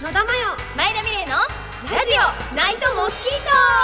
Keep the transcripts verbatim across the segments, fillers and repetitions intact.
野田真代前田美玲のラジオナイトモスキー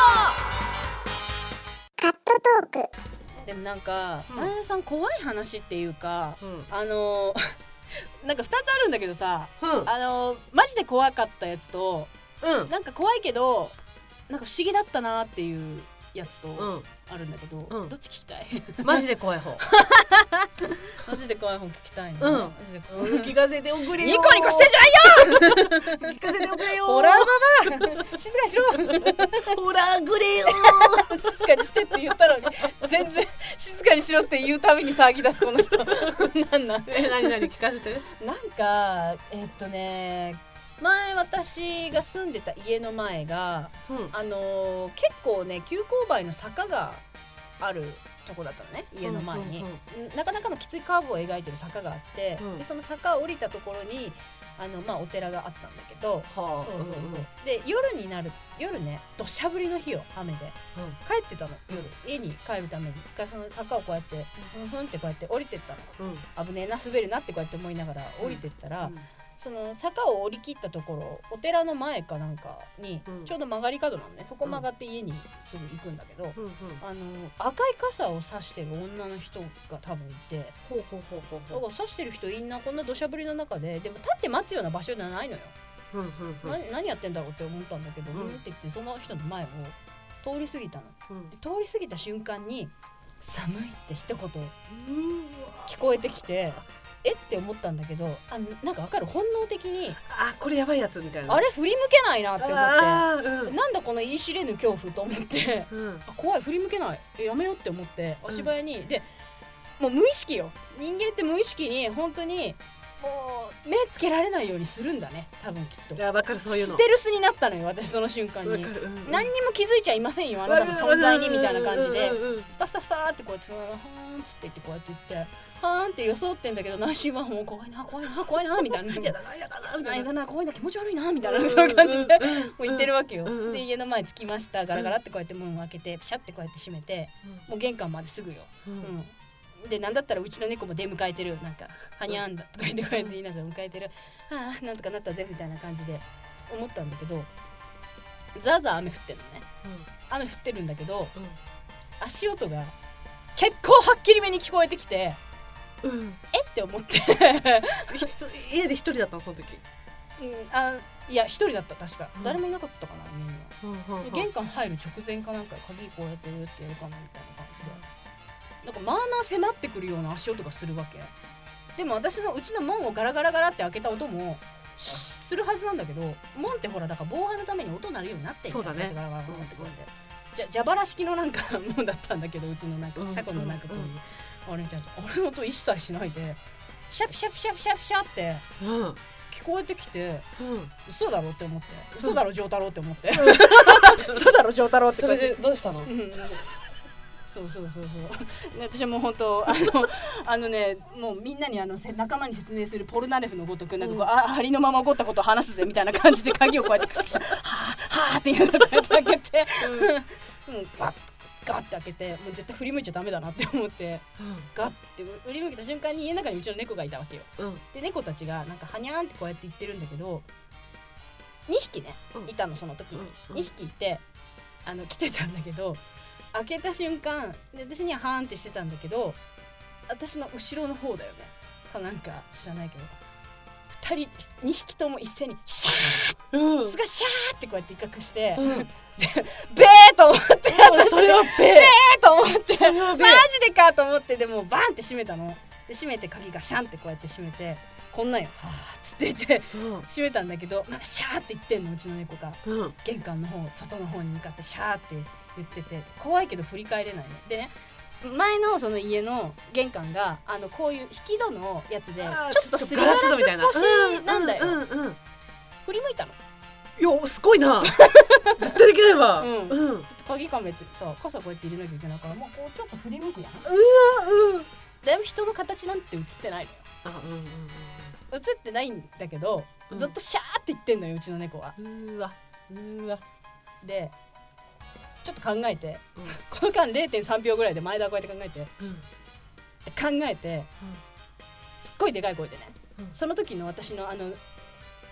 カットトーク。 ト。でもなんか、 うん、 前田さん怖い話っていうか、 うん、 あのなんかふたつあるんだけどさ、 うん、 あのマジで怖かったやつと、 うん、 なんか怖いけどなんか不思議だったなっていうやつとうんあるんだけど、 うん、 どっち聞きたい？ マジで怖い方マジで怖い方聞きたいうん、 な、マジで怖い聞かせておくれよ。 ニコニコしてんじゃないよ聞かせておくれよ。 ホラーババア静かにしろホラーくれよ静かにしてって言ったのに全然静かにしろって言うたびに騒ぎ出すこの人なんなんえ、なになに聞かせて。 なんかえっとね前私が住んでた家の前が、 うん、 あのー、結構ね急勾配の坂があるとこだったのね、家の前に、うんうんうん、なかなかのきついカーブを描いてる坂があって、うん、でその坂を降りたところにあの、まあ、お寺があったんだけど、はあ、そうそうそう、うん、で夜になる夜ね土砂降りの日よ、雨で、うん、帰ってたの夜、家に帰るために一回その坂をこうやってふんふんってこうやって降りてったの、うん、危ねえな滑るなってこうやって思いながら降りてったら、うんうん、その坂を降り切ったところお寺の前かなんかにちょうど曲がり角なのね、そこ曲がって家にすぐ行くんだけど、うんうん、あの赤い傘を差してる女の人が多分いて、ほうほうほうほうほう、だから差してる人いんな、こんな土砂降りの中ででも立って待つような場所じゃないのよ、うんうんうん、な何やってんだろうって思ったんだけど、うん、って言ってその人の前を通り過ぎたの、うん、で通り過ぎた瞬間に寒いって一言聞こえてきて、えって思ったんだけど、あなんか分かる、本能的にあこれやばいやつみたいな、 あれ振り向けないなって思って、うん、なんだこの言い知れぬ恐怖と思って、うん、あ怖い振り向けない、えやめようって思って足早に、うん、でもう無意識よ、人間って無意識に本当にもう目つけられないようにするんだね多分きっと。 いや分かる、そういうのステルスになったのよ私その瞬間に、うんうん、何にも気づいちゃいませんよあなたの存在にみたいな感じで、スタスタスタってこうやってはーんつって言ってこうやって言ってはーんって装ってんだけど、内心はもう怖いな怖いな怖いなみたいなやだなやだなみたいな、 やだな怖いな気持ち悪いなみたいな、そういう感じでもう言ってるわけよ。で家の前着きました、ガラガラってこうやって門を開けてピシャってこうやって閉めて、もう玄関まですぐよ、うんうん、でなんだったらうちの猫も出迎えてる、なんかはにゃんだとか言ってこうやって言いながら迎えてる、ああなんとかなったぜみたいな感じで思ったんだけど、ザーザー雨降ってるのね、うん、雨降ってるんだけど、うん、足音が結構はっきりめに聞こえてきて、うん、えって思って家で一人だったのその時、 うん、あいや一人だった確か、うん、誰もいなかったかな家には、うんうんうん、玄関入る直前かなんか鍵こうやってるってやるかなみたいな感じで、なんかまあまあ迫ってくるような足音がするわけで、も私のうちの門をガラガラガラって開けた音もするはずなんだけど、門ってほらだから防犯のために音鳴るようになってんそうだね、 ガラガラガラってこうやって、うん、じゃ蛇腹式のなんか門だったんだけど、うちのなんか車庫のなんかこういう、うんうんあれみたいな、あれの音一切しないでシャピシャピシャピシャピシャって聞こえてきて、うん、嘘だろって思って、嘘だろ丈太郎って思って、うん、嘘だろ丈太郎ってそれでどうしたの、うん、 そうそうそうそう私はもう本当あのあのねもうみんなにあの仲間に説明するポルナレフのごとくなんかこう、うん、あありのまま起こったことを話すぜみたいな感じで鍵をこうやってカシャカシャはあはあって言うのをこうやって開けて、うん、うん、バッガッて開けて、もう絶対振り向いちゃダメだなって思って、うん、ガッて振り向いた瞬間に家の中にうちの猫がいたわけよ、うん、で猫たちがなんかはにゃーんってこうやって言ってるんだけど、にひきね、うん、いたのその時に、うん、にひきいてあの来てたんだけど、開けた瞬間で私にははーんってしてたんだけど、私の後ろの方だよねかなんか知らないけどふたりにひきとも一斉にシャーッ、うん、すがシャーってこうやって威嚇して、うんベーと思って、 それはベー、 ベーと思って、マジでかと思って、でもバンって閉めたので、閉めて鍵がシャンってこうやって閉めて、こんなんよはーっつって言って、うん、閉めたんだけど、まあ、シャーって言ってんのうちの猫が、うん、玄関の方外の方に向かってシャーって言ってて、怖いけど振り返れないのでね、前のその家の玄関があのこういう引き戸のやつでちょっとすりガラス越しなんだよ、うんうんうんうん、振り向いたの、 いやすごいな絶対できないわ、うんうん、鍵かめてさ傘こうやって入れなきゃいけないから、もうこうちょっと振り向くやん、 うわうんだいぶ人の形なんて映ってないのよ、あ、うんうんうん、映ってないんだけど、うん、ずっとシャーって言ってんのようちの猫は、うわうわでちょっと考えて、うん、この間 れいてんさんびょうぐらいで前田はこうやって考えて、うん、考えて、うん、すっごいでかい声でね、うん、その時の私のあの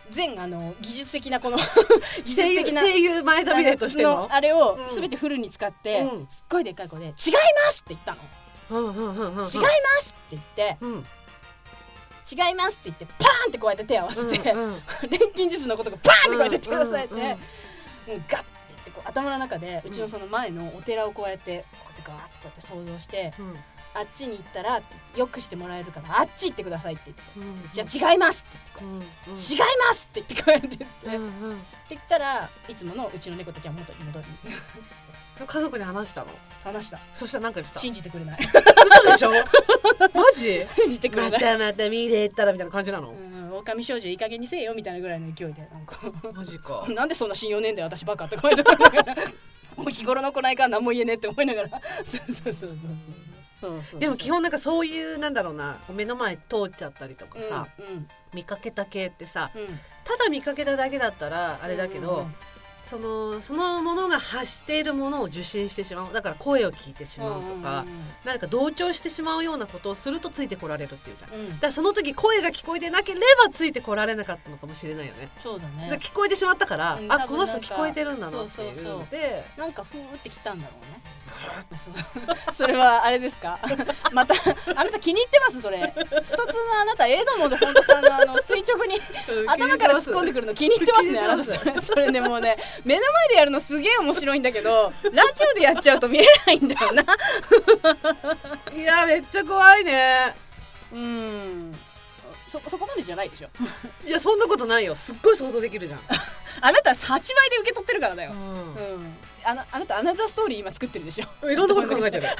全あの技術的なこの技術的な声優前田美玲としてのあれを全てフルに使って、うん、すっごいでっかい声で違いますって言ったの、うんうんうんうん、違いますって言って、うん、違いますって言ってパーンってこうやって手を合わせて、うんうん、錬金術のことがパーンってこうやって手を合わせて、うんうんうん、もうガッてこう頭の中でうちのその前のお寺をこうやってこうやってガーッてこうやって想像して、うん、あっちに行ったらよくしてもらえるからあっち行ってくださいって言って、うんうん、じゃあ違いますって言って、うんうん、違いますって言ってこうやって言って、うんうん、って言ったらいつものうちの猫たちは元に戻り家族に話したの？ 話した。 そしたら何か言ってた？ 信じてくれない嘘でしょマジ？ 信じてくれない。 またまた見れたらみたいな感じなの？ うん、狼少女いい加減にせえよみたいなぐらいの勢いでなんかマジかなんでそんな信用ねえんだよ私バカってこうやってもう日頃の子ないから何も言えねえって思いながらそうそうそうそうそうそうそう。 でも基本なんかそういうなんだろうな目の前通っちゃったりとかさ、うんうん、見かけた系ってさ、うん、ただ見かけただけだったらあれだけど、うんうん、その、そのものが発しているものを受信してしまうだから声を聞いてしまうとか、うんうんうん、何か同調してしまうようなことをするとついてこられるっていうじゃん、うん、だからその時声が聞こえてなければついてこられなかったのかもしれないよね。 そうだね。 だ聞こえてしまったから、うん、あこの人聞こえてるんだなっていうので、そうそうそうなんかふーってきたんだろうねそれはあれですかまたあなた気に入ってますそれ一つのあなたエドモンド本田さんのあの垂直に頭から突っ込んでくるの気に入ってますねあなたそれそれでもうね目の前でやるのすげえ面白いんだけどラジオでやっちゃうと見えないんだよないやめっちゃ怖いね。 うんそ, そこまでじゃないでしょいやそんなことないよすっごい想像できるじゃんあなたはちばいで受け取ってるからだよ、うんうん、あ, のあなたアナザーストーリー今作ってるでしょいろんなこと考えてる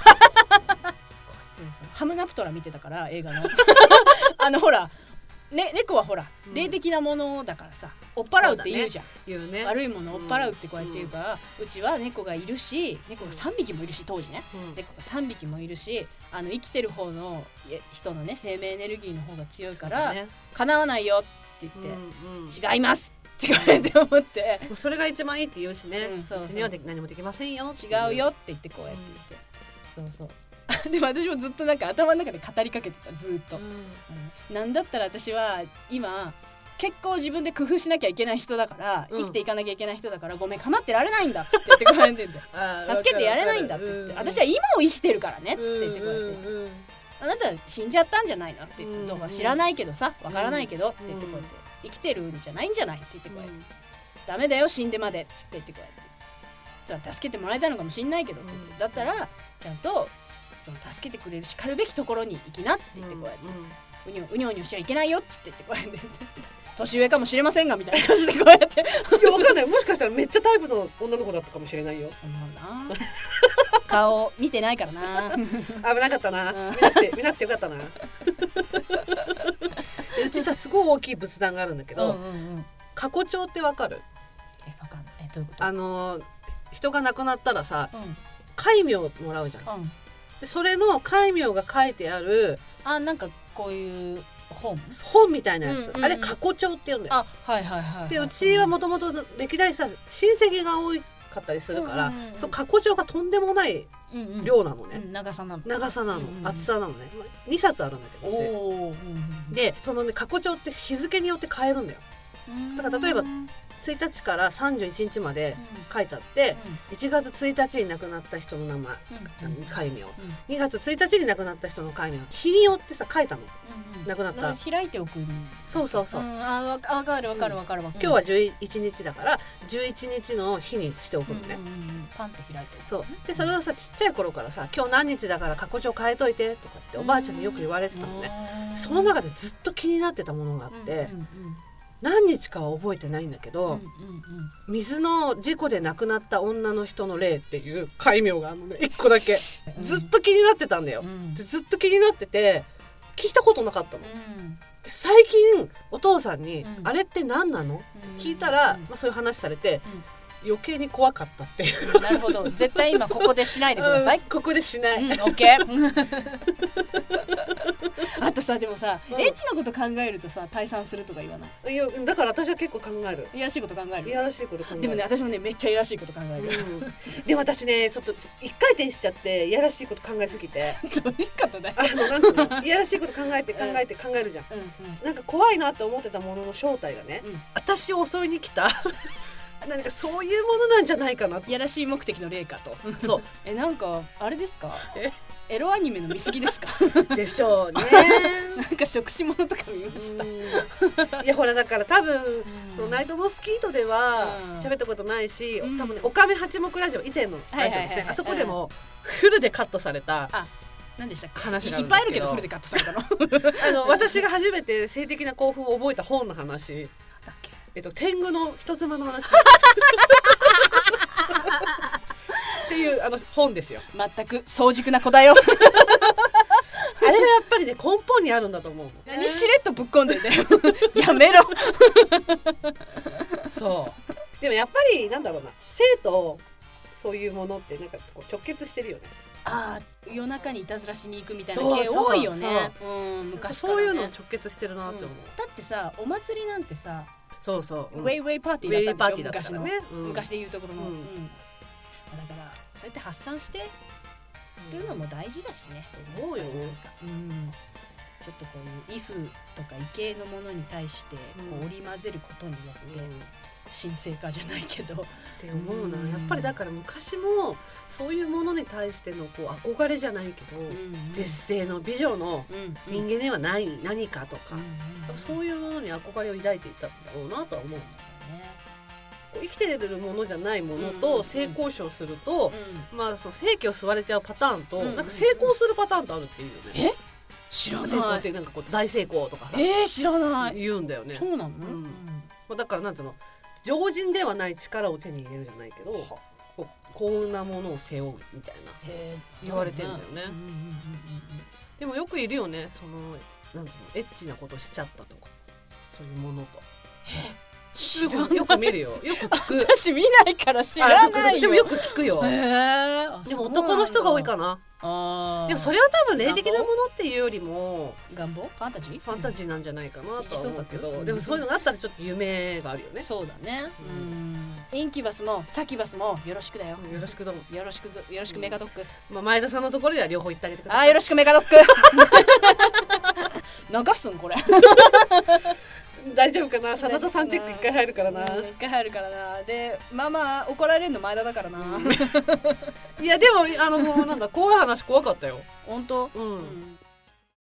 ハムナプトラ見てたから映画のあのほら、ね、猫はほら、うん、霊的なものだからさ追っ払うって言うじゃん、ね言うね、悪いものを追っ払うってこうやって言うから、うん、うちは猫がいるし猫がさんびきもいるし当時ね、うん、猫がさんびきもいるしあの生きてる方の人のね生命エネルギーの方が強いから叶わないよって言って、うんうん、違いますって言われて思ってそれが一番いいって言うしね、うん、そうそううちにはで何もできませんよ違うよって言ってこうやって言って、うん、そうそうでも私もずっとなんか頭の中で語りかけてたずっと、うんうん、なんだったら私は今結構自分で工夫しなきゃいけない人だから、うん、生きていかなきゃいけない人だからごめん構ってられないんだっつって言ってこうやって助けてやれないんだって言って、うん、私は今を生きてるからねっつって言ってこうやって、うんうん、あなた死んじゃったんじゃないのって言って、うん、どうか知らないけどさわからないけどって言ってこうやって生きてるんじゃないんじゃないって言ってこうやって、うん、ダメだよ死んでまでっつって言ってこうやってじゃあ助けてもらえたのかもしんないけどって言って、うん、だったらちゃんとその助けてくれるしかるべきところに行きなって言ってこうやって、うんうん、うにょうにょうにょしちゃいけないよっつって言ってこうやって年上かもしれませんがみたいな感じでこうやっていやわかんないもしかしたらめっちゃタイプの女の子だったかもしれないよな顔見てないからな危なかったな見なくて見なくてよかったなうちさすごい大きい仏壇があるんだけど、うんうんうん、過去帳ってわかる？ えわかんないえどういうこと？ あの人が亡くなったらさ、うん、戒名をもらうじゃん、うん、でそれの戒名が書いてあるあなんかこういう本本みたいなやつ、うんうんうん、あれ過去帳って言うんだよ。 あはいはいはい、はい、 でうちはもともと歴代さ親戚が多かったりするから、うんうんうん、そ過去帳がとんでもない量なのね、うんうん、 長さなの長さなの、うんうん、厚さなのねにさつあるんだけど、うんうん、でそのね過去帳って日付によって変えるんだよ。だから例えばついたちからさんじゅういちにちまで書いてあって、うん、いちがつついたちに亡くなった人の名前、うん、戒名、うん、にがつついたちに亡くなった人の戒名日によってさ書いたの、うんうん、亡くなった開いておくそうそうそう、 うん、あわかるわかるわかるわかる、 うん、今日はじゅういちにちだからじゅういちにちの日にしておくのね、 うんうんうん、パンと開いておく、 そうでそれをさちっちゃい頃からさ今日何日だから過去帳変えといてとかっておばあちゃんによく言われてたのね。その中でずっと気になってたものがあって、うんうんうん何日かは覚えてないんだけど、うんうんうん、水の事故で亡くなった女の人の霊っていう戒名があるのねいっこだけ、うん、ずっと気になってたんだよ、うん、でずっと気になってて聞いたことなかったの、うん、で最近お父さんに、うん、あれって何なの、うん、聞いたら、まあ、そういう話されて、 余計に怖かったっていうなるほど、絶対今ここでしないでください、 うん、ここでしない、 うん、オッケーあとさ、でもさ、 うん、 エッチなこと考えるとさ退散するとか言わない？ いやだから私は結構考える。 いやらしいこと考える。 いやらしいこと考える。 でもね、私もねめっちゃいやらしいこと考える、 うん、でも私ねちょっと一回転しちゃっていやらしいこと考えすぎてどういうことだよ。 あのなんつうの、いやらしいこと考えて考えて考えるじゃん、 うんうん、 なんか怖いなって思ってたものの正体がね、うん、私を襲いに来たなんかそういうものなんじゃないかなって。 いやらしい目的の例かと。 そうえ、なんかあれですか、えエロアニメの見過ぎですかでしょうねなんか触手物とか見ましたいやほらだから多分、うん、ナイトモスキートでは喋ったことないし、うん、多分ねオカメ八目ラジオ以前のラジオですね、あそこでもフルでカットされた、あ何でしたっけ、 話があるんですけど、 いっぱいあるけどフルでカットされたのあの私が初めて性的な興奮を覚えた本の話だっけ、えっと、天狗の人妻の話っていうあの本ですよ。 全く早熟な子だよあれがやっぱりね根本にあるんだと思う。 何しれっとぶっこんでんだよやめろそうでもやっぱりなんだろうな、性とそういうものってなんかこう直結してるよね。 ああ、夜中にいたずらしに行くみたいな系多いよね。そうそう、うん、昔からね、 そういうの直結してるなって思う、うん、 だってさ、お祭りなんてさ、 そうそう、うん、 ウェイウェイパーティーだったんでしょ、昔の、 ね、うん、 昔で言うところの、うんうん、だからそうやって発散してるのも大事だしね、 うん、思うよ、 うん、ちょっとこういう威風とか異形のものに対してこう織り交ぜることによって、うん、神聖化じゃないけどって思うな、うん、やっぱりだから昔もそういうものに対してのこう憧れじゃないけど、うん、絶世の美女の人間にはない何かとか、うん、そういうものに憧れを抱いていたんだろうなとは思う、ね、こう生きてるものじゃないものと性交渉すると、うん、まあそう性器を吸われちゃうパターンと、うん、なんか成功するパターンとあるっていうよね。 え知らない。 成功ってなんかこう大成功とかえー、知らない言うんだよね。 そうなの、 うんうん、だからなんていうの、常人ではない力を手に入れるじゃないけど、こう幸運なものを背負うみたいな言われてんだよね。でもよくいるよね、そのなんていうの、エッチなことしちゃったとかそういうものと。すごいよく見るよ。よく聞く。 私見ないから知らないよ。 でもよく聞くよ。 へでも男の人が多いかな。あ、でもそれは多分霊的なものっていうよりも願望、ファンタジー、 ファンタジーなんじゃないかなとは思うけど、うん、でもそういうのがあったらちょっと夢があるよね。 そうだね、うん、インキュバスもサキュバスもよろしくだよ。 よろしくどうも。 よろしくよろしくメガドッグ、 うん、まあ、前田さんのところでは両方言ってあげてください。 あ、よろしくメガドッグ流すんこれ大丈夫かな、真田さんチェックいっかい入るからな。 いっかい入るからな。でまあまあ怒られるの前田だからな、うん、 いやでもあのもうなんだ怖い話怖かったよ本当、 うん、うん